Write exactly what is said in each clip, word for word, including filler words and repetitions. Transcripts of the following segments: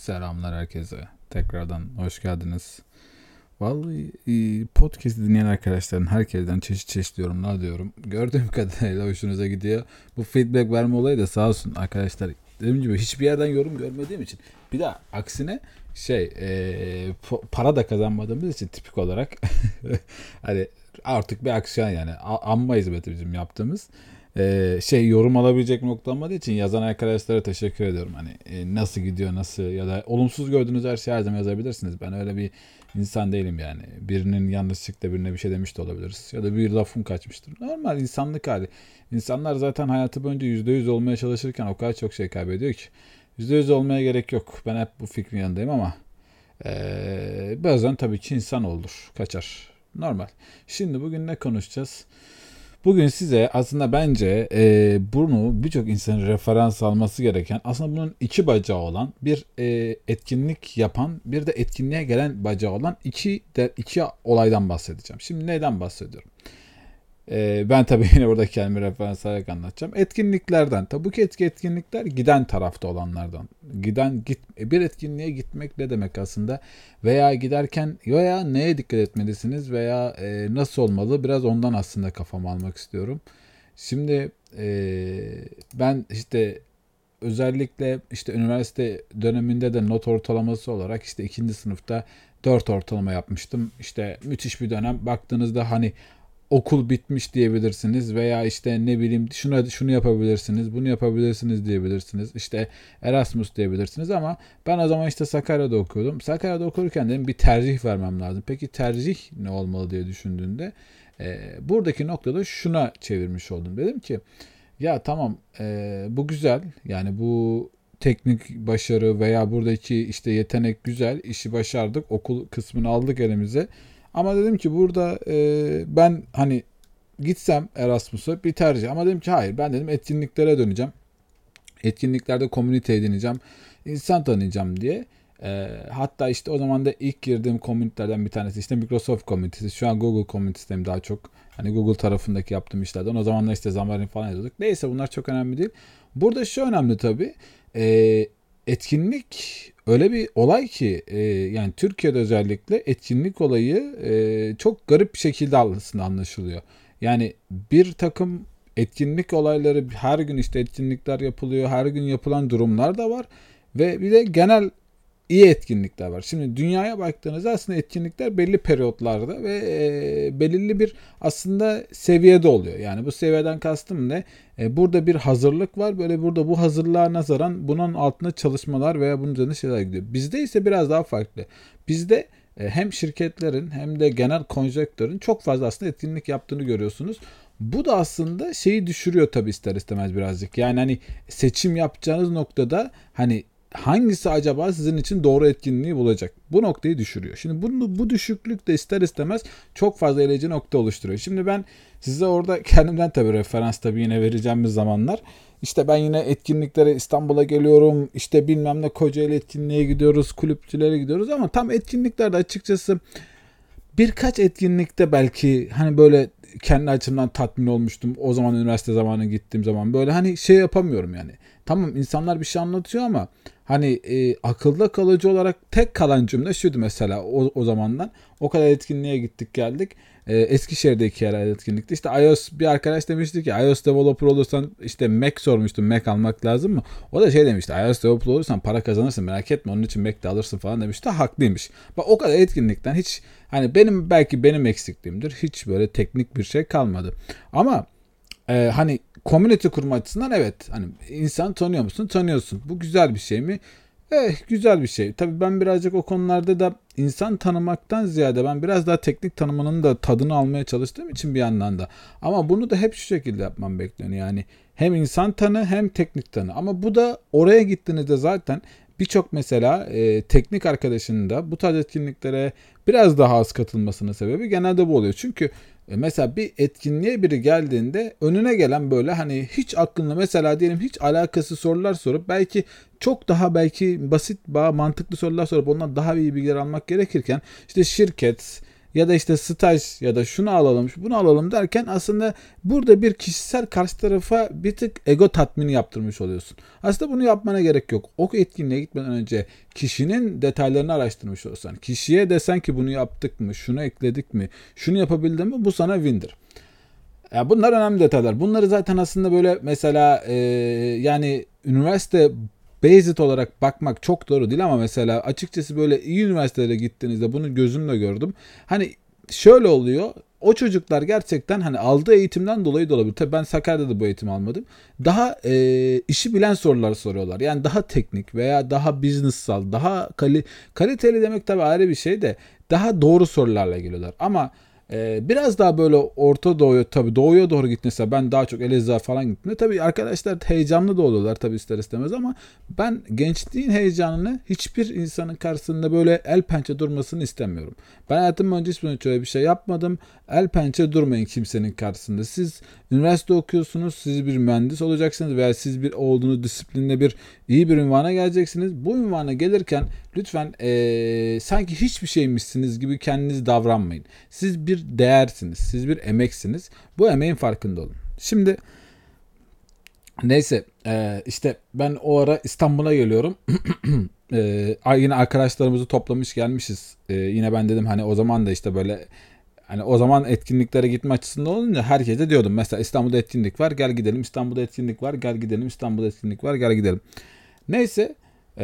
Selamlar herkese. Tekrardan hoş geldiniz. Vallahi e, podcast'i dinleyen arkadaşların herkesten çeşit çeşit yorumlar diyorum. Gördüğüm kadarıyla hoşunuza gidiyor. Bu feedback verme olayı da sağ olsun arkadaşlar. Dediğim gibi hiçbir yerden yorum görmediğim için. Bir de aksine şey e, po- para da kazanmadığımız için tipik olarak hani artık bir aksiyon yani A- amma hizmeti bizim yaptığımız. Ee, şey yorum alabilecek nokta olmadığı için yazan arkadaşlara teşekkür ediyorum. Hani e, nasıl gidiyor nasıl ya da olumsuz gördüğünüz her şeyi her zaman yazabilirsiniz. Ben öyle bir insan değilim yani. Birinin yanlışlıkla birine bir şey demiş de olabiliriz. Ya da bir lafım kaçmıştır. Normal insanlık hali. İnsanlar zaten hayatı boyunca yüzde yüz olmaya çalışırken o kadar çok şey kaybediyor ki. Yüzde yüz olmaya gerek yok. Ben hep bu fikrin yanındayım ama ee, bazen tabii ki insan olur. Kaçar. Normal. Şimdi bugün ne konuşacağız? Bugün size aslında bence e, bunu birçok insanın referans alması gereken aslında bunun iki bacağı olan bir e, etkinlik yapan bir de etkinliğe gelen bacağı olan iki de iki olaydan bahsedeceğim. Şimdi neyden bahsediyorum? Ee, ben tabii yine burada kendimi referans alarak anlatacağım. Etkinliklerden. Tabii ki etki etkinlikler giden tarafta olanlardan. Giden git bir etkinliğe gitmek ne demek aslında? Veya giderken veya neye dikkat etmelisiniz veya e, nasıl olmalı? Biraz ondan aslında kafamı almak istiyorum. Şimdi e, ben işte özellikle işte üniversite döneminde de not ortalaması olarak işte ikinci sınıfta dört ortalama yapmıştım. İşte müthiş bir dönem. Baktığınızda hani okul bitmiş diyebilirsiniz veya işte ne bileyim şunu şunu yapabilirsiniz, bunu yapabilirsiniz diyebilirsiniz. İşte Erasmus diyebilirsiniz ama ben o zaman işte Sakarya'da okuyordum. Sakarya'da okurken dedim bir tercih vermem lazım. Peki tercih ne olmalı diye düşündüğünde e, buradaki noktada şuna çevirmiş oldum. Dedim ki ya tamam e, bu güzel yani bu teknik başarı veya buradaki işte yetenek güzel işi başardık okul kısmını aldık elimize. Ama dedim ki burada e, ben hani gitsem Erasmus'a bir tercih. Ama dedim ki hayır ben dedim etkinliklere döneceğim. Etkinliklerde komünite edineceğim. İnsan tanıyacağım diye. E, hatta işte o zaman da ilk girdiğim komünitelerden bir tanesi işte Microsoft komünitesi. Şu an Google komünitesindeyim daha çok. Hani Google tarafındaki yaptığım işlerden. O zamanlar işte Xamarin falan yazıyorduk. Neyse bunlar çok önemli değil. Burada şu önemli tabii. E, etkinlik öyle bir olay ki e, yani Türkiye'de özellikle etkinlik olayı e, çok garip bir şekilde aslında anlaşılıyor. Yani bir takım etkinlik olayları her gün işte etkinlikler yapılıyor. Her gün yapılan durumlar da var. Ve bir de genel iyi etkinlikler var. Şimdi dünyaya baktığınızda aslında etkinlikler belli periyotlarda ve e, belirli bir aslında seviyede oluyor. Yani bu seviyeden kastım ne? E, burada bir hazırlık var. Böyle burada bu hazırlığa nazaran bunun altında çalışmalar veya bunun üzerine şeyler gidiyor. Bizde ise biraz daha farklı. Bizde e, hem şirketlerin hem de genel konjonktörün çok fazla aslında etkinlik yaptığını görüyorsunuz. Bu da aslında şeyi düşürüyor tabii ister istemez birazcık. Yani hani seçim yapacağınız noktada hani hangisi acaba sizin için doğru etkinliği bulacak? Bu noktayı düşürüyor. Şimdi bunu, bu düşüklük de ister istemez çok fazla eleyici nokta oluşturuyor. Şimdi ben size orada kendimden tabii referans tabii yine vereceğimiz zamanlar. İşte ben yine etkinliklere İstanbul'a geliyorum. İşte bilmem ne Kocaeli etkinliğe gidiyoruz. Kulüpçülere gidiyoruz ama tam etkinliklerde açıkçası birkaç etkinlikte belki hani böyle kendi açımdan tatmin olmuştum. O zaman üniversite zamanı gittiğim zaman böyle hani şey yapamıyorum yani. Tamam insanlar bir şey anlatıyor ama hani e, akılda kalıcı olarak tek kalan cümle şuydu mesela o, o zamandan. O kadar etkinliğe gittik geldik. E, Eskişehir'deki yerel etkinlikte işte iOS bir arkadaş demişti ki iOS developer olursan işte Mac sormuştum Mac almak lazım mı? O da şey demişti iOS developer olursan para kazanırsın merak etme onun için Mac de alırsın falan demişti. Haklıymış. Bak o kadar etkinlikten hiç hani benim belki benim eksikliğimdir. Hiç böyle teknik bir şey kalmadı. Ama e, hani community kurma açısından evet. Hani insan tanıyor musun? Tanıyorsun. Bu güzel bir şey mi? Eh güzel bir şey. Tabii ben birazcık o konularda da insan tanımaktan ziyade ben biraz daha teknik tanımanın da tadını almaya çalıştığım için bir yandan da. Ama bunu da hep şu şekilde yapmam bekleniyor. Yani hem insan tanı hem teknik tanı. Ama bu da oraya gittiğinizde zaten birçok mesela e, teknik arkadaşının da bu tarz etkinliklere biraz daha az katılmasının sebebi genelde bu oluyor. Çünkü e, mesela bir etkinliğe biri geldiğinde önüne gelen böyle hani hiç aklında mesela diyelim hiç alakası sorular sorup belki çok daha belki basit, daha mantıklı sorular sorup ondan daha iyi bilgiler almak gerekirken işte şirket, ya da işte staj ya da şunu alalım bunu alalım derken aslında burada bir kişisel karşı tarafa bir tık ego tatmini yaptırmış oluyorsun. Aslında bunu yapmana gerek yok. O etkinliğe gitmeden önce kişinin detaylarını araştırmış olsan, kişiye desen ki bunu yaptık mı, şunu ekledik mi, şunu yapabildim mi, bu sana win'dir. Ya bunlar önemli detaylar. Bunları zaten aslında böyle mesela e, yani üniversite based olarak bakmak çok doğru değil ama mesela açıkçası böyle iyi üniversitelere gittiğinizde bunu gözümle gördüm. Hani şöyle oluyor. O çocuklar gerçekten hani aldığı eğitimden dolayı da olabilir. Tabii ben Sakarya'da da bu eğitimi almadım. Daha e, işi bilen sorular soruyorlar. Yani daha teknik veya daha business'sal, daha kali, kaliteli demek tabii ayrı bir şey de daha doğru sorularla geliyorlar. Ama ee, biraz daha böyle Orta Doğu'ya tabii Doğu'ya doğru gitmesi ben daha çok Elazığ falan gittim. Tabii arkadaşlar heyecanlı da oluyorlar tabii ister istemez ama ben gençliğin heyecanını hiçbir insanın karşısında böyle el pençe durmasını istemiyorum. Ben hayatım boyunca hiç böyle bir şey yapmadım. El pençe durmayın kimsenin karşısında. Siz üniversite okuyorsunuz, siz bir mühendis olacaksınız veya siz bir olduğunuz disiplinle bir iyi bir ünvana geleceksiniz. Bu ünvana gelirken lütfen ee, sanki hiçbir şeymişsiniz gibi kendiniz davranmayın. Siz bir değersiniz, siz bir emeksiniz. Bu emeğin farkında olun. Şimdi neyse ee, işte ben o ara İstanbul'a geliyorum. ee, yine arkadaşlarımızı toplamış gelmişiz. Ee, yine ben dedim hani o zaman da işte böyle hani o zaman etkinliklere gitme açısından olunca herkese diyordum. Mesela İstanbul'da etkinlik var gel gidelim. İstanbul'da etkinlik var gel gidelim. İstanbul'da etkinlik var gel gidelim. Neyse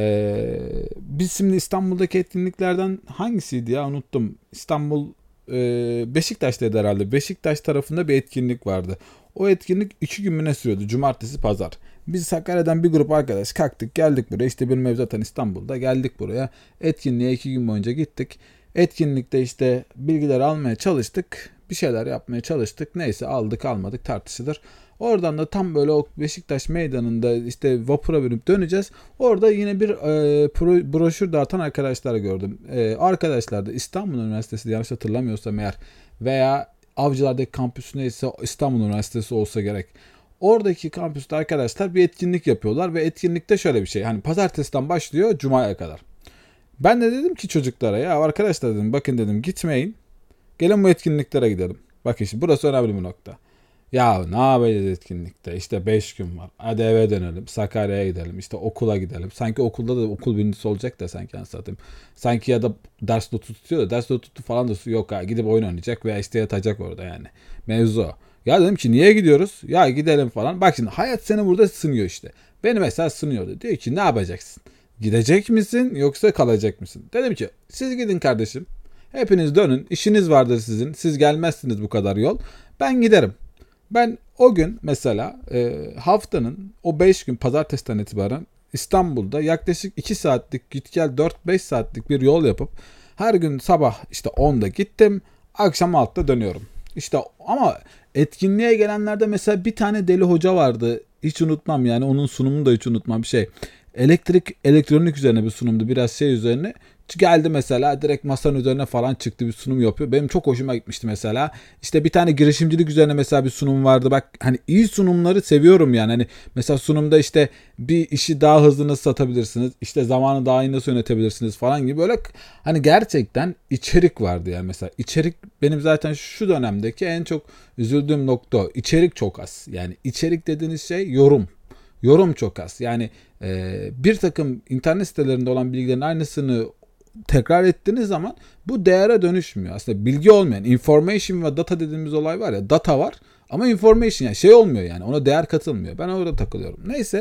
ee, biz şimdi İstanbul'daki etkinliklerden hangisiydi ya unuttum. İstanbul e, Beşiktaş'taydı herhalde. Beşiktaş tarafında bir etkinlik vardı. O etkinlik iki gün mü ne sürüyordu? Cumartesi, pazar. Biz Sakarya'dan bir grup arkadaş kalktık geldik buraya. İşte benim ev zaten İstanbul'da geldik buraya. Etkinliğe iki gün boyunca gittik. Etkinlikte işte bilgiler almaya çalıştık. Bir şeyler yapmaya çalıştık. Neyse aldık almadık tartışılır. Oradan da tam böyle o Beşiktaş meydanında işte vapura binip döneceğiz. Orada yine bir e, pro, broşür dağıtan arkadaşlar gördüm. E, arkadaşlar da İstanbul Üniversitesi yanlış hatırlamıyorsam eğer veya Avcılar'daki kampüsü neyse İstanbul Üniversitesi olsa gerek. Oradaki kampüste arkadaşlar bir etkinlik yapıyorlar ve etkinlikte şöyle bir şey. Hani pazartesiden başlıyor cumaya kadar. Ben de dedim ki çocuklara ya arkadaşlar dedim bakın dedim gitmeyin. Gelin bu etkinliklere gidelim. Bakın şimdi burası önemli bir nokta. Ya ne yapacağız etkinlikte? İşte beş gün var. Hadi eve dönelim. Sakarya'ya gidelim. İşte okula gidelim. Sanki okulda da okul birincisi olacak da sanki anlatayım. Sanki ya da ders notu tutuyor da ders notu falan da yok ha. Gidip oyun oynayacak veya işte yatacak orada yani. Mevzu o. Ya dedim ki niye gidiyoruz? Ya gidelim falan. Bak şimdi hayat seni burada sınıyor işte. Beni mesela sınıyordu. Diyor ki ne yapacaksın? Gidecek misin yoksa kalacak mısın? Dedim ki siz gidin kardeşim. Hepiniz dönün. İşiniz vardır sizin. Siz gelmezsiniz bu kadar yol. Ben giderim. Ben o gün mesela e, haftanın o beş gün pazartesiden itibaren İstanbul'da yaklaşık iki saatlik git gel dört beş saatlik bir yol yapıp her gün sabah işte onda gittim, akşam altıda dönüyorum. İşte ama etkinliğe gelenlerde mesela bir tane deli hoca vardı. Hiç unutmam yani onun sunumunu da hiç unutmam bir şey. Elektrik elektronik üzerine bir sunumdu biraz şey üzerine. Geldi mesela direkt masanın üzerine falan çıktı bir sunum yapıyor. Benim çok hoşuma gitmişti mesela. İşte bir tane girişimcilik üzerine mesela bir sunum vardı. Bak hani iyi sunumları seviyorum yani. Hani mesela sunumda işte bir işi daha hızlı nasıl satabilirsiniz? İşte zamanı daha iyi nasıl yönetebilirsiniz falan gibi böyle hani gerçekten içerik vardı yani mesela. İçerik benim zaten şu dönemdeki en çok üzüldüğüm nokta o. İçerik çok az. Yani içerik dediğiniz şey yorum. Yorum çok az. Yani e, bir takım internet sitelerinde olan bilgilerin aynısını tekrar ettiğiniz zaman bu değere dönüşmüyor. Aslında bilgi olmayan information ve data dediğimiz olay var ya data var ama information yani şey olmuyor yani ona değer katılmıyor. Ben orada takılıyorum. Neyse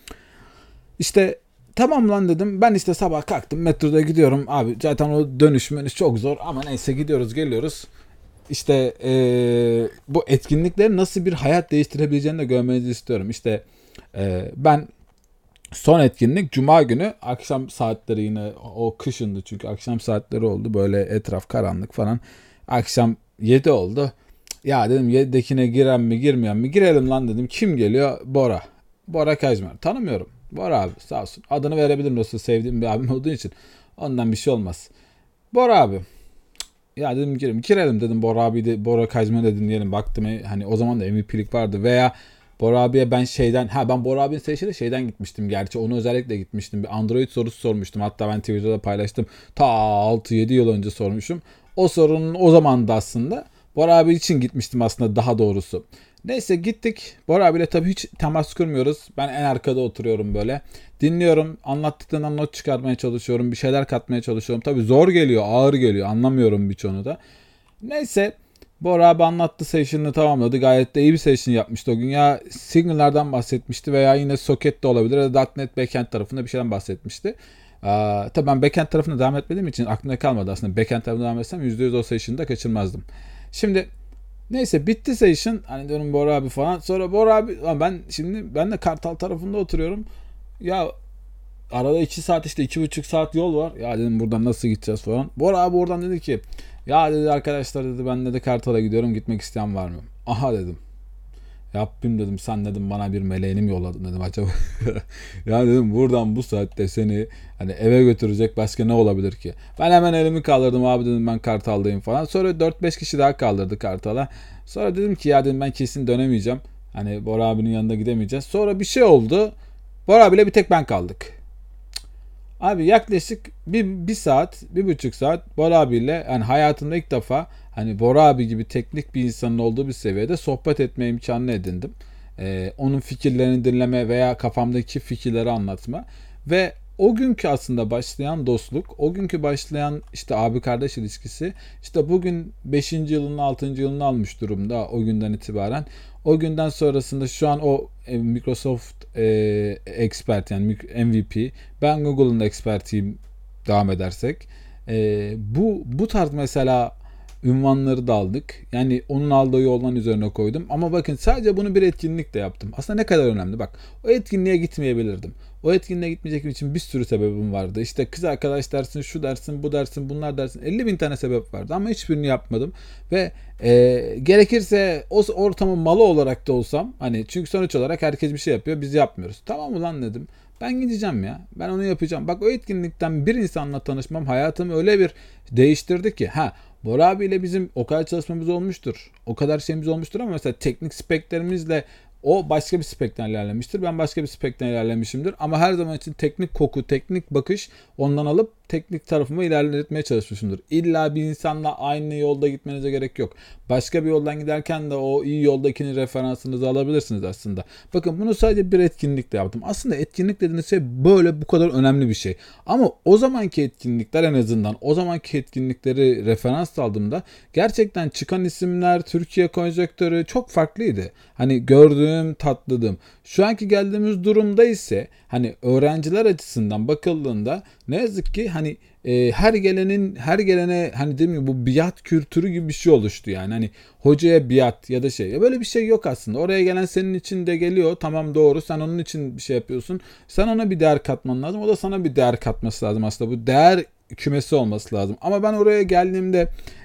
işte tamam lan dedim ben işte sabah kalktım metroda gidiyorum abi zaten o dönüşmeniz çok zor ama neyse gidiyoruz geliyoruz. İşte ee, bu etkinliklerin nasıl bir hayat değiştirebileceğini de görmenizi istiyorum. İşte ee, ben son etkinlik Cuma günü akşam saatleri yine o kışındı çünkü akşam saatleri oldu böyle etraf karanlık falan. Akşam yedi oldu. Ya dedim yedidekine giren mi girmeyen mi girelim lan dedim. Kim geliyor? Bora. Bora Kajmer. Tanımıyorum. Bora abi sağ olsun. Adını verebilirim dostum sevdiğim bir abim olduğu için. Ondan bir şey olmaz. Bora abi. Ya dedim girelim. Girelim dedim Bora abi de Bora Kajmer'i de dinleyelim. Baktım hani o zaman da M V P'lik vardı veya Bora abiye ben şeyden ha ben Bora abinin seçili şeyden gitmiştim gerçi onu özellikle gitmiştim bir Android sorusu sormuştum hatta ben Twitter'da paylaştım ta altı yedi yıl önce sormuşum O sorunun o zaman da aslında Bora abi için gitmiştim aslında daha doğrusu. Neyse gittik. Bora abiyle tabii hiç temas kurmuyoruz. Ben en arkada oturuyorum böyle. Dinliyorum. Anlattıklarından not çıkarmaya çalışıyorum. Bir şeyler katmaya çalışıyorum. Tabii zor geliyor, ağır geliyor. Anlamıyorum birçoğunu da. Neyse Bora abi anlattı, session'ını tamamladı. Gayet de iyi bir session yapmıştı o gün. Ya Signal'lardan bahsetmişti veya yine Socket de olabilir ya da .nokta .NET Backend tarafında bir şeyden bahsetmişti. Aa, tabii ben backend tarafına devam etmediğim için aklımda kalmadı aslında. Backend tarafına devam etsem yüzde yüz o session'ı da kaçırmazdım. Şimdi neyse bitti session. Hani diyorum Bora abi falan. Sonra Bora abi ben şimdi ben de Kartal tarafında oturuyorum. Ya arada iki saat işte iki buçuk saat yol var. Ya dedim buradan nasıl gideceğiz falan. Bora abi oradan dedi ki ya dedi arkadaşlar dedi ben dedi Kartal'a gidiyorum, gitmek isteyen var mı? Aha dedim. Yapayım dedim, sen dedim bana bir meleğini mi yolladın dedim acaba. Ya dedim buradan bu saatte seni hani eve götürecek başka ne olabilir ki? Ben hemen elimi kaldırdım, abi dedim ben Kartal'dayım falan. Sonra dört beş kişi daha kaldırdı Kartal'a. Sonra dedim ki ya dedim ben kesin dönemeyeceğim. Hani Bora abinin yanında gidemeyeceğiz. Sonra bir şey oldu. Bora abiyle bir tek ben kaldık. Abi yaklaşık bir, bir saat, bir buçuk saat Bora abiyle yani hayatımda ilk defa hani Bora abi gibi teknik bir insanın olduğu bir seviyede sohbet etme imkanını edindim. Ee, onun fikirlerini dinleme veya kafamdaki fikirleri anlatma ve o günkü aslında başlayan dostluk, o günkü başlayan işte abi kardeş ilişkisi işte bugün beşinci yılını altıncı yılını almış durumda o günden itibaren. O günden sonrasında şu an o e, Microsoft e, expert yani M V P, ben Google'ın expertiyim devam edersek. E, bu bu tarz mesela ünvanları da aldık. Yani onun aldığı yoldan üzerine koydum. Ama bakın sadece bunu bir etkinlikle yaptım. Aslında ne kadar önemli. Bak o etkinliğe gitmeyebilirdim. O etkinliğe gitmeyecek için bir sürü sebebim vardı. İşte kız arkadaş dersin, şu dersin, bu dersin, bunlar dersin. elli bin tane sebep vardı ama hiçbirini yapmadım. Ve e, gerekirse o ortamın malı olarak da olsam hani çünkü sonuç olarak herkes bir şey yapıyor, biz yapmıyoruz. Tamam ulan dedim. Ben gideceğim ya. Ben onu yapacağım. Bak o etkinlikten bir insanla tanışmam hayatımı öyle bir değiştirdi ki. Ha Bora abiyle bizim o kadar çalışmamız olmuştur. O kadar şeyimiz olmuştur ama mesela teknik speklerimizle o başka bir spekten ilerlemiştir. Ben başka bir spekten ilerlemişimdir. Ama her zaman için teknik koku, teknik bakış ondan alıp teknik tarafımı ilerletmeye çalışmışımdır. İlla bir insanla aynı yolda gitmenize gerek yok. Başka bir yoldan giderken de o iyi yoldakinin referansınızı alabilirsiniz aslında. Bakın bunu sadece bir etkinlikle yaptım. Aslında etkinlik dediğiniz şey böyle bu kadar önemli bir şey. Ama o zamanki etkinlikler en azından o zamanki etkinlikleri referans aldığımda gerçekten çıkan isimler, Türkiye konjonktörü çok farklıydı. Hani gördüğüm, tatladığım. Şu anki geldiğimiz durumda ise hani öğrenciler açısından bakıldığında ne yazık ki hani e, her gelenin her gelene hani değil mi bu biat kültürü gibi bir şey oluştu yani hani hocaya biat ya da şey ya böyle bir şey yok aslında. Oraya gelen senin için de geliyor, tamam doğru, sen onun için bir şey yapıyorsun, sen ona bir değer katman lazım, o da sana bir değer katması lazım, aslında bu değer kümesi olması lazım. Ama ben oraya geldiğimde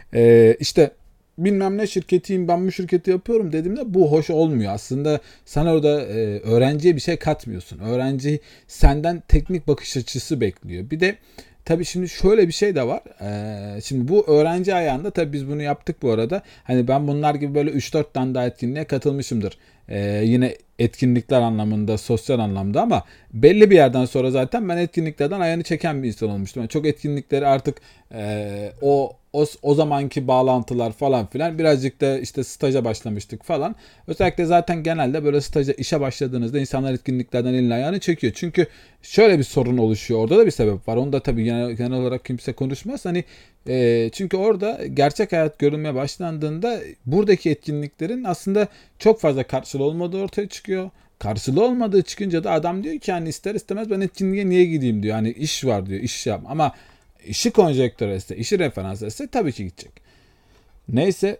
e, işte bilmem ne şirketiyim, ben bu şirketi yapıyorum dediğimde bu hoş olmuyor. Aslında sen orada e, öğrenciye bir şey katmıyorsun. Öğrenci senden teknik bakış açısı bekliyor. Bir de tabii şimdi şöyle bir şey de var. Ee, şimdi bu öğrenci ayağında tabii biz bunu yaptık bu arada. Hani ben bunlar gibi böyle üç dört tane daha etkinliğe katılmışımdır. Ee, yine etkinlikler anlamında, sosyal anlamda ama belli bir yerden sonra zaten ben etkinliklerden ayağını çeken bir insan olmuştum. Yani çok etkinlikleri artık e, o o, o zamanki bağlantılar falan filan birazcık da işte staja başlamıştık falan. Özellikle zaten genelde böyle staja işe başladığınızda insanlar etkinliklerden elini ayağını çekiyor. Çünkü şöyle bir sorun oluşuyor. Orada da bir sebep var. Onu da tabii genel, genel olarak kimse konuşmaz. Hani e, çünkü orada gerçek hayat görünmeye başlandığında buradaki etkinliklerin aslında çok fazla karşılığı olmadığı ortaya çıkıyor. Karşılığı olmadığı çıkınca da adam diyor ki hani ister istemez ben etkinliğe niye gideyim diyor. Hani iş var diyor, iş yap. Ama işi konjektör etse, işi referans etse tabii ki gidecek. Neyse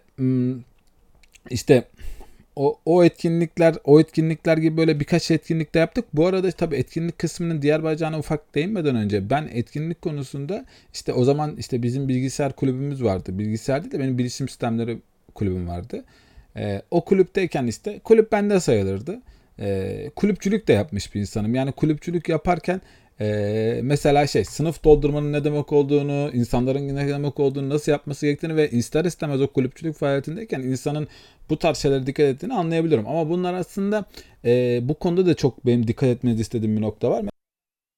işte o, o etkinlikler o etkinlikler gibi böyle birkaç etkinlik de yaptık. Bu arada tabii etkinlik kısmının diğer bacağına ufak değinmeden önce ben etkinlik konusunda işte o zaman işte bizim bilgisayar kulübümüz vardı. Bilgisayar değil de benim bilişim sistemleri kulübüm vardı. Ee, o kulüpteyken işte kulüp bende sayılırdı. Ee, kulüpçülük de yapmış bir insanım. Yani kulüpçülük yaparken ee, mesela şey sınıf doldurmanın ne demek olduğunu, insanların ne demek olduğunu, nasıl yapması gerektiğini ve ister istemez o kulüpçülük faaliyetindeyken insanın bu tarz şeylere dikkat ettiğini anlayabilirim. Ama bunlar aslında e, bu konuda da çok benim dikkat etmenizi istediğim bir nokta var.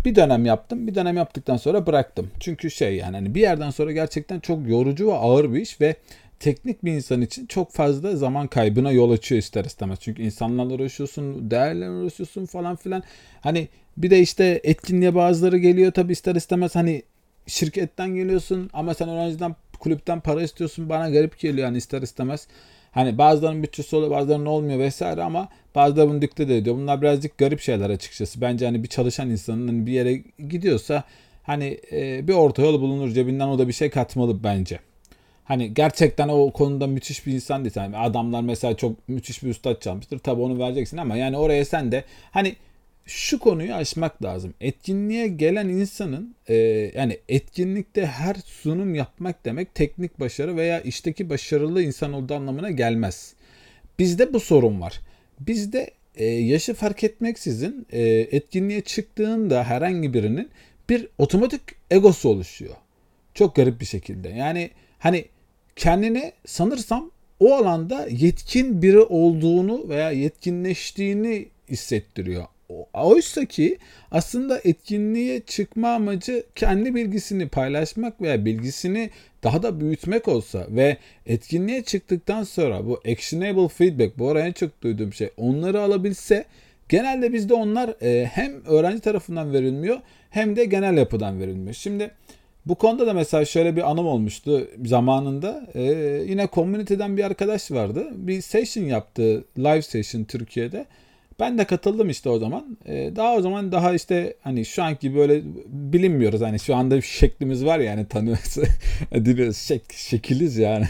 Bir dönem yaptım. Bir dönem yaptıktan sonra bıraktım. Çünkü şey yani hani bir yerden sonra gerçekten çok yorucu ve ağır bir iş ve teknik bir insan için çok fazla zaman kaybına yol açıyor ister istemez. Çünkü insanlarla uğraşıyorsun, değerlerle uğraşıyorsun falan filan. Hani bir de işte etkinliğe bazıları geliyor tabii ister istemez hani şirketten geliyorsun ama sen öğrenciden kulüpten para istiyorsun. Bana garip geliyor yani ister istemez. Hani bazılarının bütçesi oluyor bazılarının olmuyor vesaire ama bazıları bunu dikte de ediyor. Bunlar birazcık garip şeyler açıkçası. Bence hani bir çalışan insanın hani bir yere gidiyorsa hani e, bir orta yol bulunur cebinden o da bir şey katmalı bence. Hani gerçekten o konuda müthiş bir insan değilsen yani adamlar mesela çok müthiş bir üstad çalmıştır. Tabii onu vereceksin ama yani oraya sen de hani şu konuyu aşmak lazım. Etkinliğe gelen insanın e, yani etkinlikte her sunum yapmak demek teknik başarı veya işteki başarılı insan olduğu anlamına gelmez. Bizde bu sorun var. Bizde e, yaşı fark etmeksizin e, etkinliğe çıktığında herhangi birinin bir otomatik egosu oluşuyor. Çok garip bir şekilde. Yani hani kendini sanırsam o alanda yetkin biri olduğunu veya yetkinleştiğini hissettiriyor. Oysa ki aslında etkinliğe çıkma amacı kendi bilgisini paylaşmak veya bilgisini daha da büyütmek olsa ve etkinliğe çıktıktan sonra bu actionable feedback bu ara en çok duyduğum şey onları alabilse genelde bizde onlar hem öğrenci tarafından verilmiyor hem de genel yapıdan verilmiyor. Şimdi bu konuda da mesela şöyle bir anım olmuştu zamanında. Ee, yine community'den bir arkadaş vardı. Bir session yaptı. Live session Türkiye'de. Ben de katıldım işte o zaman. Ee, daha o zaman daha işte hani şu anki böyle bilinmiyoruz. Hani şu anda bir şeklimiz var ya hani tanıyoruz. Dinliyoruz. Şek, şekiliz yani.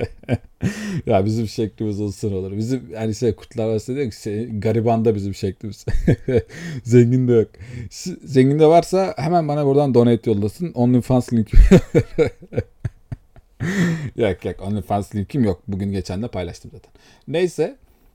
Ya bizim şeklimiz olsun olur. Bizim hani şey Kurtlar Vadisi diyor ki şey, garibanda bizim şeklimiz. Zengin de yok. Zengin de varsa hemen bana buradan donate yollasın. OnlyFans linki. Yok yok OnlyFans linkim yok. Bugün geçen de paylaştım zaten. Neyse.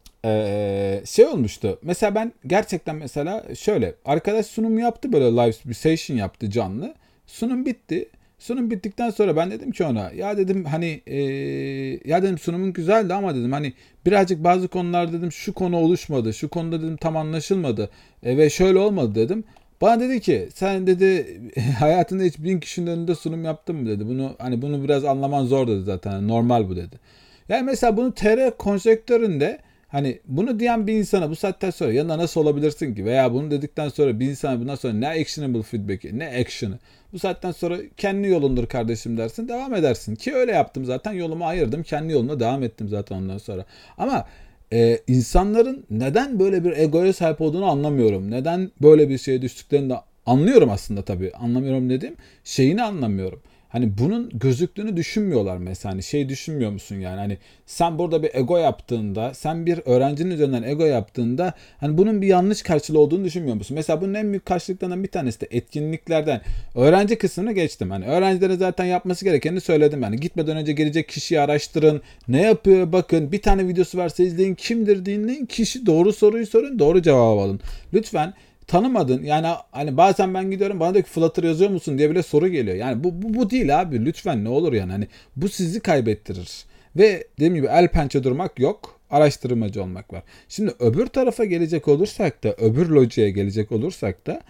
Ee, şey olmuştu. Mesela ben gerçekten mesela şöyle arkadaş sunum yaptı böyle live bir session yaptı canlı. Sunum bitti. Sunum bittikten sonra ben dedim ki ona ya dedim hani ee, ya dedim sunumun güzeldi ama dedim hani birazcık bazı konular dedim şu konu oluşmadı. Şu konuda dedim tam anlaşılmadı. E, ve şöyle olmadı dedim. Bana dedi ki sen dedi hayatında hiç bin kişinin önünde sunum yaptın mı dedi. Bunu hani bunu biraz anlaman zor dedi zaten. Yani normal bu dedi. Yani mesela bunu T R konjektöründe hani bunu diyen bir insana bu saatten sonra yanına nasıl olabilirsin ki? Veya bunu dedikten sonra bir insana bundan sonra ne actionable feedback'i ne action'ı. Bu saatten sonra kendi yolundur kardeşim dersin devam edersin. Ki öyle yaptım zaten yolumu ayırdım. Kendi yoluna devam ettim zaten ondan sonra. Ama e, insanların neden böyle bir egoya sahip olduğunu anlamıyorum. Neden böyle bir şeye düştüklerini de anlıyorum aslında tabii. Anlamıyorum dediğim şeyini anlamıyorum. Hani bunun gözüktüğünü düşünmüyorlar mesela. Hani şey düşünmüyor musun yani? Hani sen burada bir ego yaptığında, sen bir öğrencinin üzerinden ego yaptığında hani bunun bir yanlış karşılığı olduğunu düşünmüyor musun? Mesela bunun en büyük karşılıklarından bir tanesi de etkinliklerden. Öğrenci kısmını geçtim. Hani öğrencilere zaten yapması gerekeni söyledim. Yani gitmeden önce gelecek kişiyi araştırın. Ne yapıyor bakın. Bir tane videosu varsa izleyin. Kimdir dinleyin. Kişi doğru soruyu sorun. Doğru cevabı alın. Lütfen tanımadın yani hani bazen ben gidiyorum bana diyor ki Flutter yazıyor musun diye bile soru geliyor. Yani bu, bu, bu değil abi lütfen ne olur yani hani bu sizi kaybettirir. Ve dediğim gibi el pençe durmak yok araştırmacı olmak var. Şimdi öbür tarafa gelecek olursak da öbür lojiye gelecek olursak da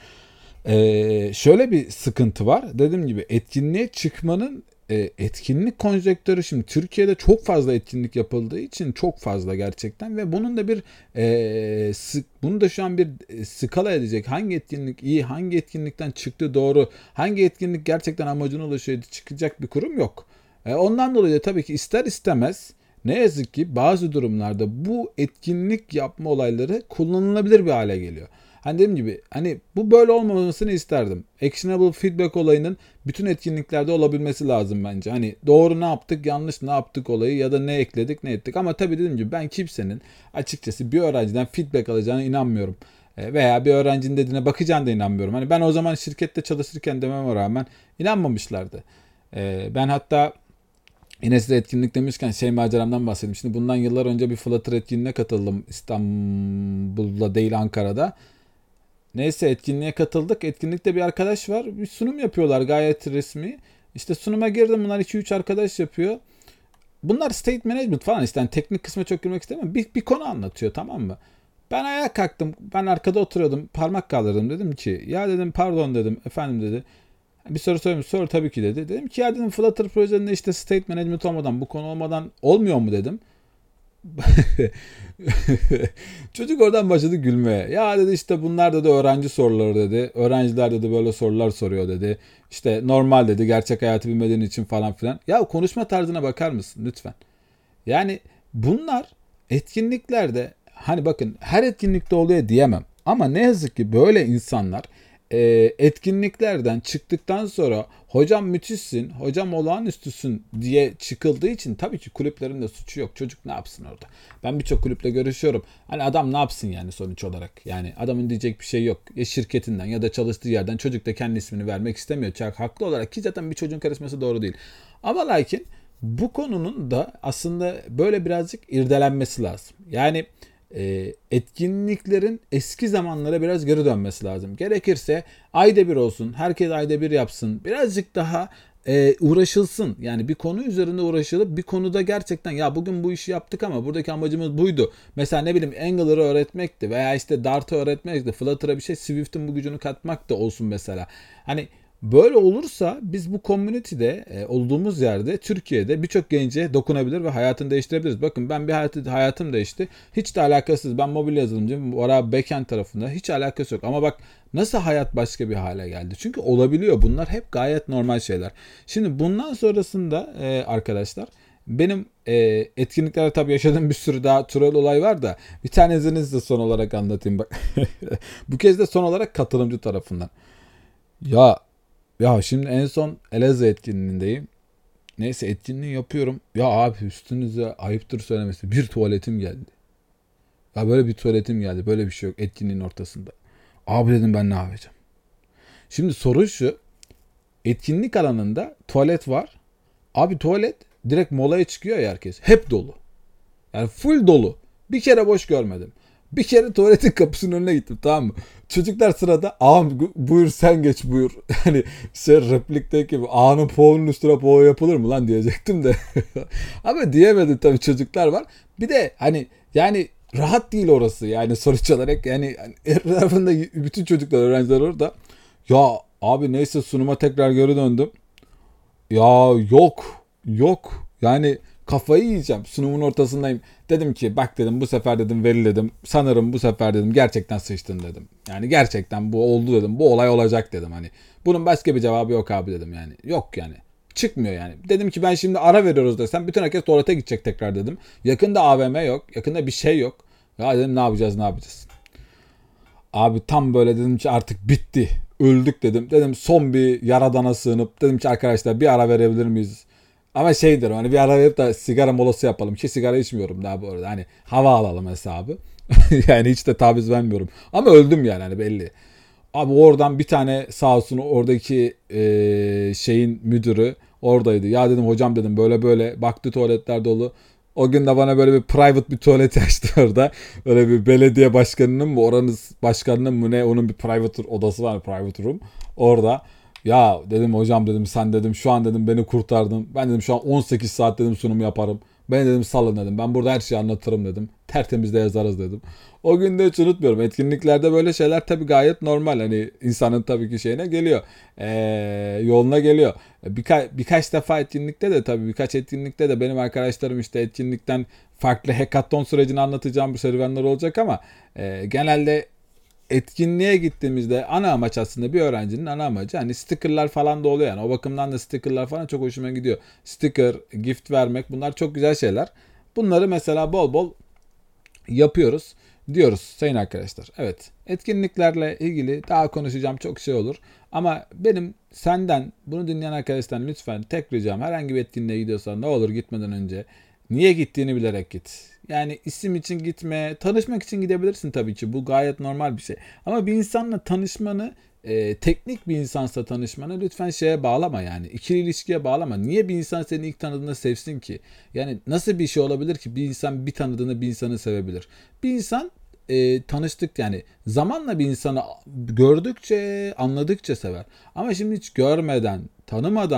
ee, şöyle bir sıkıntı var. Dediğim gibi etkinliğe çıkmanın e, etkinlik konjektörü şimdi Türkiye'de çok fazla etkinlik yapıldığı için çok fazla gerçekten ve bunun da bir e, sık, bunu da şu an bir e, skala edecek. Hangi etkinlik iyi, hangi etkinlikten çıktı doğru, hangi etkinlik gerçekten amacına ulaşıyor çıkacak bir kurum yok. E, ondan dolayı da tabii ki ister istemez ne yazık ki bazı durumlarda bu etkinlik yapma olayları kullanılabilir bir hale geliyor. Hani dediğim gibi hani bu böyle olmamasını isterdim. Actionable feedback olayının bütün etkinliklerde olabilmesi lazım bence. Hani doğru ne yaptık yanlış ne yaptık olayı ya da ne ekledik ne ettik. Ama tabii dediğim gibi ben kimsenin açıkçası bir öğrenciden feedback alacağına inanmıyorum. E, veya bir öğrencinin dediğine bakacağına da inanmıyorum. Hani ben o zaman şirkette çalışırken dememe rağmen inanmamışlardı. E, ben hatta yine size etkinlik demişken şey maceramdan bahsedeyim. Şimdi bundan yıllar önce bir Flutter etkinliğine katıldım İstanbul'da değil Ankara'da. Neyse etkinliğe katıldık. Etkinlikte bir arkadaş var. Bir sunum yapıyorlar gayet resmi. İşte sunuma girdim. Bunlar iki üç arkadaş yapıyor. Bunlar state management falan işte yani teknik kısma çok girmek istemiyorum. Bir, bir konu anlatıyor tamam mı? Ben ayağa kalktım. Ben arkada oturuyordum. Parmak kaldırdım. Dedim ki ya dedim pardon dedim. Efendim dedi. Bir soru sorayım. Soru tabii ki dedi. Dedim ki ya dedim Flutter projelerinde işte state management olmadan bu konu olmadan olmuyor mu dedim. Çocuk oradan başladı gülmeye. Ya dedi işte bunlar dedi öğrenci soruları dedi. Öğrenciler dedi böyle sorular soruyor dedi. İşte normal dedi gerçek hayatı bilmediğin için falan filan. Ya konuşma tarzına bakar mısın lütfen? Yani bunlar etkinliklerde hani bakın her etkinlikte oluyor diyemem. Ama ne yazık ki böyle insanlar e, etkinliklerden çıktıktan sonra hocam müthişsin, hocam olağanüstüsün diye çıkıldığı için tabii ki kulüplerin de suçu yok. Çocuk ne yapsın orada? Ben birçok kulüple görüşüyorum. Hani adam ne yapsın yani sonuç olarak? Yani adamın diyecek bir şey yok. Ya şirketinden ya da çalıştığı yerden çocuk da kendi ismini vermek istemiyor. Çok haklı olarak ki zaten bir çocuğun karışması doğru değil. Ama lakin bu konunun da aslında böyle birazcık irdelenmesi lazım. Yani e, etkinliklerin eski zamanlara biraz geri dönmesi lazım. Gerekirse ayda bir olsun, herkes ayda bir yapsın. Birazcık daha e, uğraşılsın. Yani bir konu üzerinde uğraşılıp bir konuda gerçekten ya bugün bu işi yaptık ama buradaki amacımız buydu. Mesela ne bileyim Angular'ı öğretmekti veya işte Dart'ı öğretmekti. Flutter'a bir şey Swift'in bu gücünü katmak da olsun mesela. Hani böyle olursa biz bu community'de e, olduğumuz yerde Türkiye'de birçok gence dokunabilir ve hayatını değiştirebiliriz. Bakın ben bir hayatı, hayatım değişti. Hiç de alakasız. Ben mobil yazılımcıyım. Bu ara backend tarafında hiç alakası yok. Ama bak nasıl hayat başka bir hale geldi. Çünkü olabiliyor. Bunlar hep gayet normal şeyler. Şimdi bundan sonrasında e, arkadaşlar benim e, etkinliklerde tabii yaşadığım bir sürü daha troll olay var da bir tanesini size son olarak anlatayım bak. Bu kez de son olarak katılımcı tarafından. Ya ya şimdi en son Elazığ etkinliğindeyim. Neyse etkinliği yapıyorum. Ya abi üstünüze ayıptır söylemesi bir tuvaletim geldi. Ya böyle bir tuvaletim geldi. Böyle bir şey yok etkinliğin ortasında. Abi dedim ben ne yapacağım? Şimdi soru şu. Etkinlik alanında tuvalet var. Abi tuvalet direkt molaya çıkıyor ya herkes. Hep dolu. Yani full dolu. Bir kere boş görmedim. Bir kere tuvaletin kapısının önüne gittim, tamam mı? Çocuklar sırada ağam buyur sen geç buyur. Yani şey replikteki gibi ağanın poğunun üstüne poğu yapılır mı lan diyecektim de. Ama diyemedim tabii, çocuklar var. Bir de hani yani rahat değil orası yani sonuç olarak. Yani etrafında bütün çocuklar öğrenciler orada. Ya abi neyse sunuma tekrar geri döndüm. Ya yok. Yok. Yani kafayı yiyeceğim. Sunumun ortasındayım. Dedim ki bak dedim bu sefer dedim veri dedim. Sanırım bu sefer dedim gerçekten sıçtın dedim. Yani gerçekten bu oldu dedim. Bu olay olacak dedim hani. Bunun başka bir cevabı yok abi dedim yani. Yok yani. Çıkmıyor yani. Dedim ki ben şimdi ara veriyoruz desem bütün herkes tuvalete gidecek tekrar dedim. Yakında A V M yok. Yakında bir şey yok. Ya dedim ne yapacağız ne yapacağız. Abi tam böyle dedim ki artık bitti. Öldük dedim. Dedim son bir yaradana sığınıp dedim ki arkadaşlar bir ara verebilir miyiz? Ama şeydir hani bir ara verip de sigara molası yapalım. Ki sigara içmiyorum daha bu arada. Hani hava alalım hesabı. Yani hiç de taviz vermiyorum. Ama öldüm yani hani belli. Abi oradan bir tane sağ olsun oradaki e, şeyin müdürü oradaydı. Ya dedim hocam dedim böyle böyle baktı tuvaletler dolu. O gün de bana böyle bir private bir tuvalet açtı orada. Böyle bir belediye başkanının mı oranın başkanının mı ne onun bir private odası var, private room. Orada ya dedim hocam dedim sen dedim şu an dedim beni kurtardın. Ben dedim şu an on sekiz saat dedim sunum yaparım. Ben dedim salın dedim. Ben burada her şeyi anlatırım dedim. Tertemiz de yazarız dedim. O gün de hiç unutmuyorum. Etkinliklerde böyle şeyler tabii gayet normal. Hani insanın tabii ki şeyine geliyor. Ee, yoluna geliyor. Birka- birkaç defa etkinlikte de tabii birkaç etkinlikte de benim arkadaşlarım işte etkinlikten farklı hackathon sürecini anlatacağım bir serüvenler olacak ama e, genelde etkinliğe gittiğimizde ana amaç aslında bir öğrencinin ana amacı hani stickerlar falan da oluyor yani. O bakımdan da stickerlar falan çok hoşuma gidiyor. Sticker, gift vermek bunlar çok güzel şeyler. Bunları mesela bol bol yapıyoruz diyoruz sayın arkadaşlar. Evet, etkinliklerle ilgili daha konuşacağım çok şey olur. Ama benim senden bunu dinleyen arkadaşlar lütfen tek ricam herhangi bir etkinliğe gidiyorsan ne olur gitmeden önce niye gittiğini bilerek git. Yani isim için gitme, tanışmak için gidebilirsin tabii ki. Bu gayet normal bir şey. Ama bir insanla tanışmanı e, teknik bir insansa tanışmanı lütfen şeye bağlama yani. İkili ilişkiye bağlama. Niye bir insan seni ilk tanıdığında sevsin ki? Yani nasıl bir şey olabilir ki bir insan bir tanıdığında bir insanı sevebilir? Bir insan e, tanıştık yani zamanla bir insanı gördükçe anladıkça sever. Ama şimdi hiç görmeden, tanımadan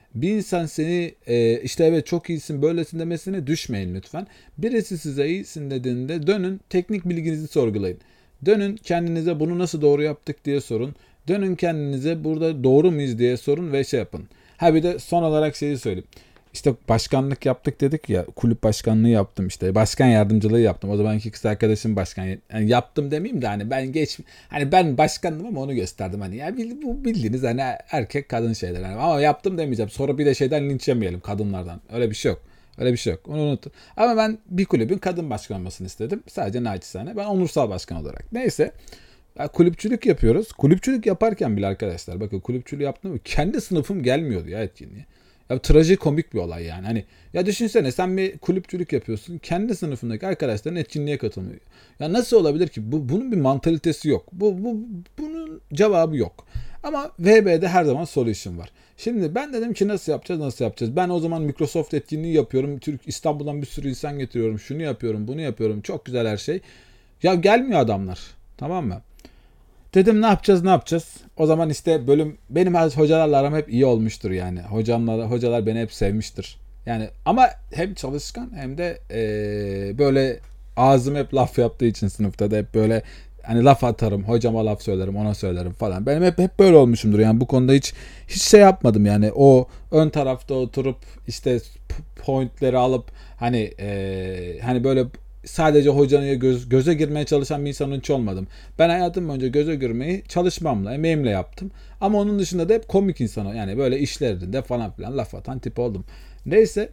Bir insan seni e, işte evet çok iyisin böylesin demesine düşmeyin lütfen. Birisi size iyisin dediğinde dönün teknik bilginizi sorgulayın. Dönün kendinize bunu nasıl doğru yaptık diye sorun. Dönün kendinize burada doğru muyuz diye sorun ve şey yapın. Ha bir de son olarak şeyi söyleyeyim. İşte başkanlık yaptık dedik ya, kulüp başkanlığı yaptım, işte başkan yardımcılığı yaptım. O zamanki kız arkadaşım başkan, yani yaptım demeyeyim de hani ben geç hani ben başkandım ama onu gösterdim hani ya, bu bildiğiniz hani erkek kadın şeyler hani, ama yaptım demeyeceğim. Sonra bir de şeyden linç yemeyelim, kadınlardan. Öyle bir şey yok. Öyle bir şey yok. Onu unutun. Ama ben bir kulübün kadın başkan olmasını istedim. Sadece naçizane. Ben onursal başkan olarak. Neyse. Ya kulüpçülük yapıyoruz. Kulüpçülük yaparken bile arkadaşlar, bakın kulüpçülüğü yaptım mı kendi sınıfım gelmiyordu ya etkinliğe. Ya trajikomik bir olay yani. Hani ya düşünsene, sen bir kulüpçülük yapıyorsun. Kendi sınıfındaki arkadaşların etkinliğe katılmıyor. Ya nasıl olabilir ki? Bu, bunun bir mantalitesi yok. Bu, bu bunun cevabı yok. Ama V B'de her zaman solution var. Şimdi ben dedim ki nasıl yapacağız nasıl yapacağız? Ben o zaman Microsoft etkinliği yapıyorum. Türk İstanbul'dan bir sürü insan getiriyorum. Şunu yapıyorum, bunu yapıyorum. Çok güzel her şey. Ya gelmiyor adamlar. Tamam mı? Dedim ne yapacağız ne yapacağız? O zaman işte bölüm, benim hocalarla aram hep iyi olmuştur yani. Hocamlar, hocalar beni hep sevmiştir. Yani ama hem çalışkan hem de ee, böyle ağzım hep laf yaptığı için sınıfta da hep böyle hani laf atarım. Hocama laf söylerim, ona söylerim falan. Benim hep hep böyle olmuşumdur. Yani bu konuda hiç hiç şey yapmadım yani. O ön tarafta oturup işte pointleri alıp hani ee, hani böyle sadece hocanın göz, göze girmeye çalışan bir insanın hiç olmadım. Ben hayatım boyunca göze girmeyi çalışmamla, emeğimle yaptım. Ama onun dışında da hep komik insan, yani böyle işlerinde falan filan laf atan tip oldum. Neyse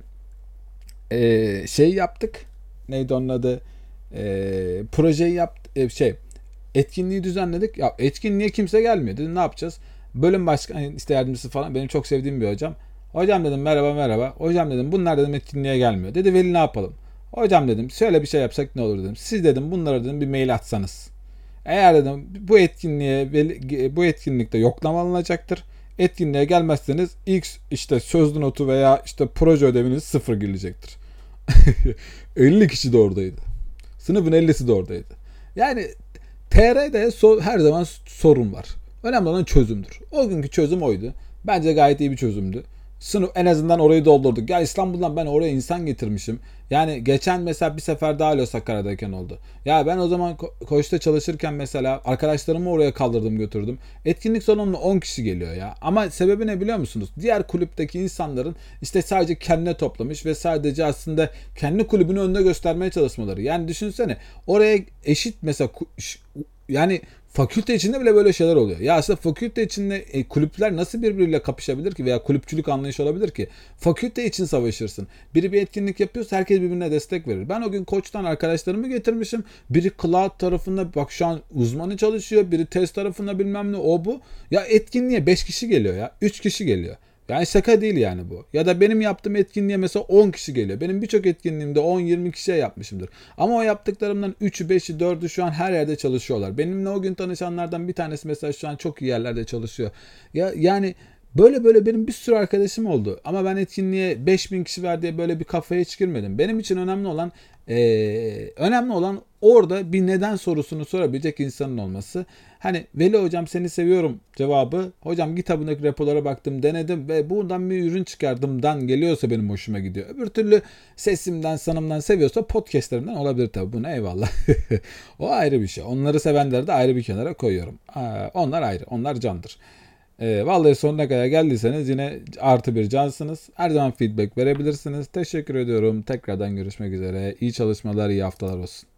ee, şey yaptık. Neydi onun adı? Ee, projeyi yaptık. Ee, şey etkinliği düzenledik. Ya etkinliğe kimse gelmiyor. Dedim ne yapacağız? Bölüm başkanı işte yardımcısı falan, benim çok sevdiğim bir hocam. Hocam dedim merhaba merhaba. Hocam dedim bunlar dedim etkinliğe gelmiyor. Dedi Veli ne yapalım? Hocam dedim şöyle bir şey yapsak ne olur dedim. Siz dedim bunlara dedim bir mail atsanız. Eğer dedim bu etkinliğe bu etkinlikte yoklama alınacaktır. Etkinliğe gelmezseniz ilk işte sözlü notu veya işte proje ödeviniz sıfır gelecektir. elli kişi de oradaydı. Sınıfın ellisi de oradaydı. Yani T R'de so- her zaman sorun var. Önemli olan çözümdür. O günkü çözüm oydu. Bence gayet iyi bir çözümdü. Sınıf en azından orayı doldurduk. Ya İstanbul'dan ben oraya insan getirmişim. Yani geçen mesela bir sefer daha Alo Sakarya'dayken oldu. Ya ben o zaman ko- Koç'ta çalışırken mesela arkadaşlarımı oraya kaldırdım götürdüm. Etkinlik salonuna on kişi geliyor ya. Ama sebebi ne biliyor musunuz? Diğer kulüpteki insanların işte sadece kendine toplamış ve sadece aslında kendi kulübünü önde göstermeye çalışmaları. Yani düşünsene oraya eşit mesela yani fakülte içinde bile böyle şeyler oluyor. Ya aslında fakülte içinde e, kulüpler nasıl birbiriyle kapışabilir ki veya kulüpçülük anlayışı olabilir ki? Fakülte için savaşırsın. Biri bir etkinlik yapıyorsa herkes birbirine destek verir. Ben o gün Koç'tan arkadaşlarımı getirmişim. Biri Cloud tarafında bak şu an uzmanı çalışıyor. Biri test tarafında bilmem ne o bu. Ya etkinliğe beş kişi geliyor ya. üç kişi geliyor. Yani şaka değil yani bu. Ya da benim yaptığım etkinliğe mesela on kişi geliyor. Benim birçok etkinliğimde on yirmi kişiye yapmışımdır. Ama o yaptıklarımdan üçü, beşi, dördü şu an her yerde çalışıyorlar. Benimle o gün tanışanlardan bir tanesi mesela şu an çok iyi yerlerde çalışıyor. Ya yani böyle böyle benim bir sürü arkadaşım oldu. Ama ben etkinliğe beş bin kişi ver diye böyle bir kafaya hiç girmedim. Benim için önemli olan ee, önemli olan orada bir neden sorusunu sorabilecek insanın olması. Hani Veli hocam seni seviyorum cevabı. Hocam kitabındaki repolara baktım, denedim ve buradan bir ürün çıkardımdan geliyorsa benim hoşuma gidiyor. Öbür türlü sesimden, sanımdan seviyorsa podcastlerimden olabilir tabii. Buna eyvallah. O ayrı bir şey. Onları sevenleri de ayrı bir kenara koyuyorum. Aa, onlar ayrı. Onlar candır. E, vallahi sonuna kadar geldiyseniz yine artı bir cansınız. Her zaman feedback verebilirsiniz. Teşekkür ediyorum. Tekrardan görüşmek üzere. İyi çalışmalar, iyi haftalar olsun.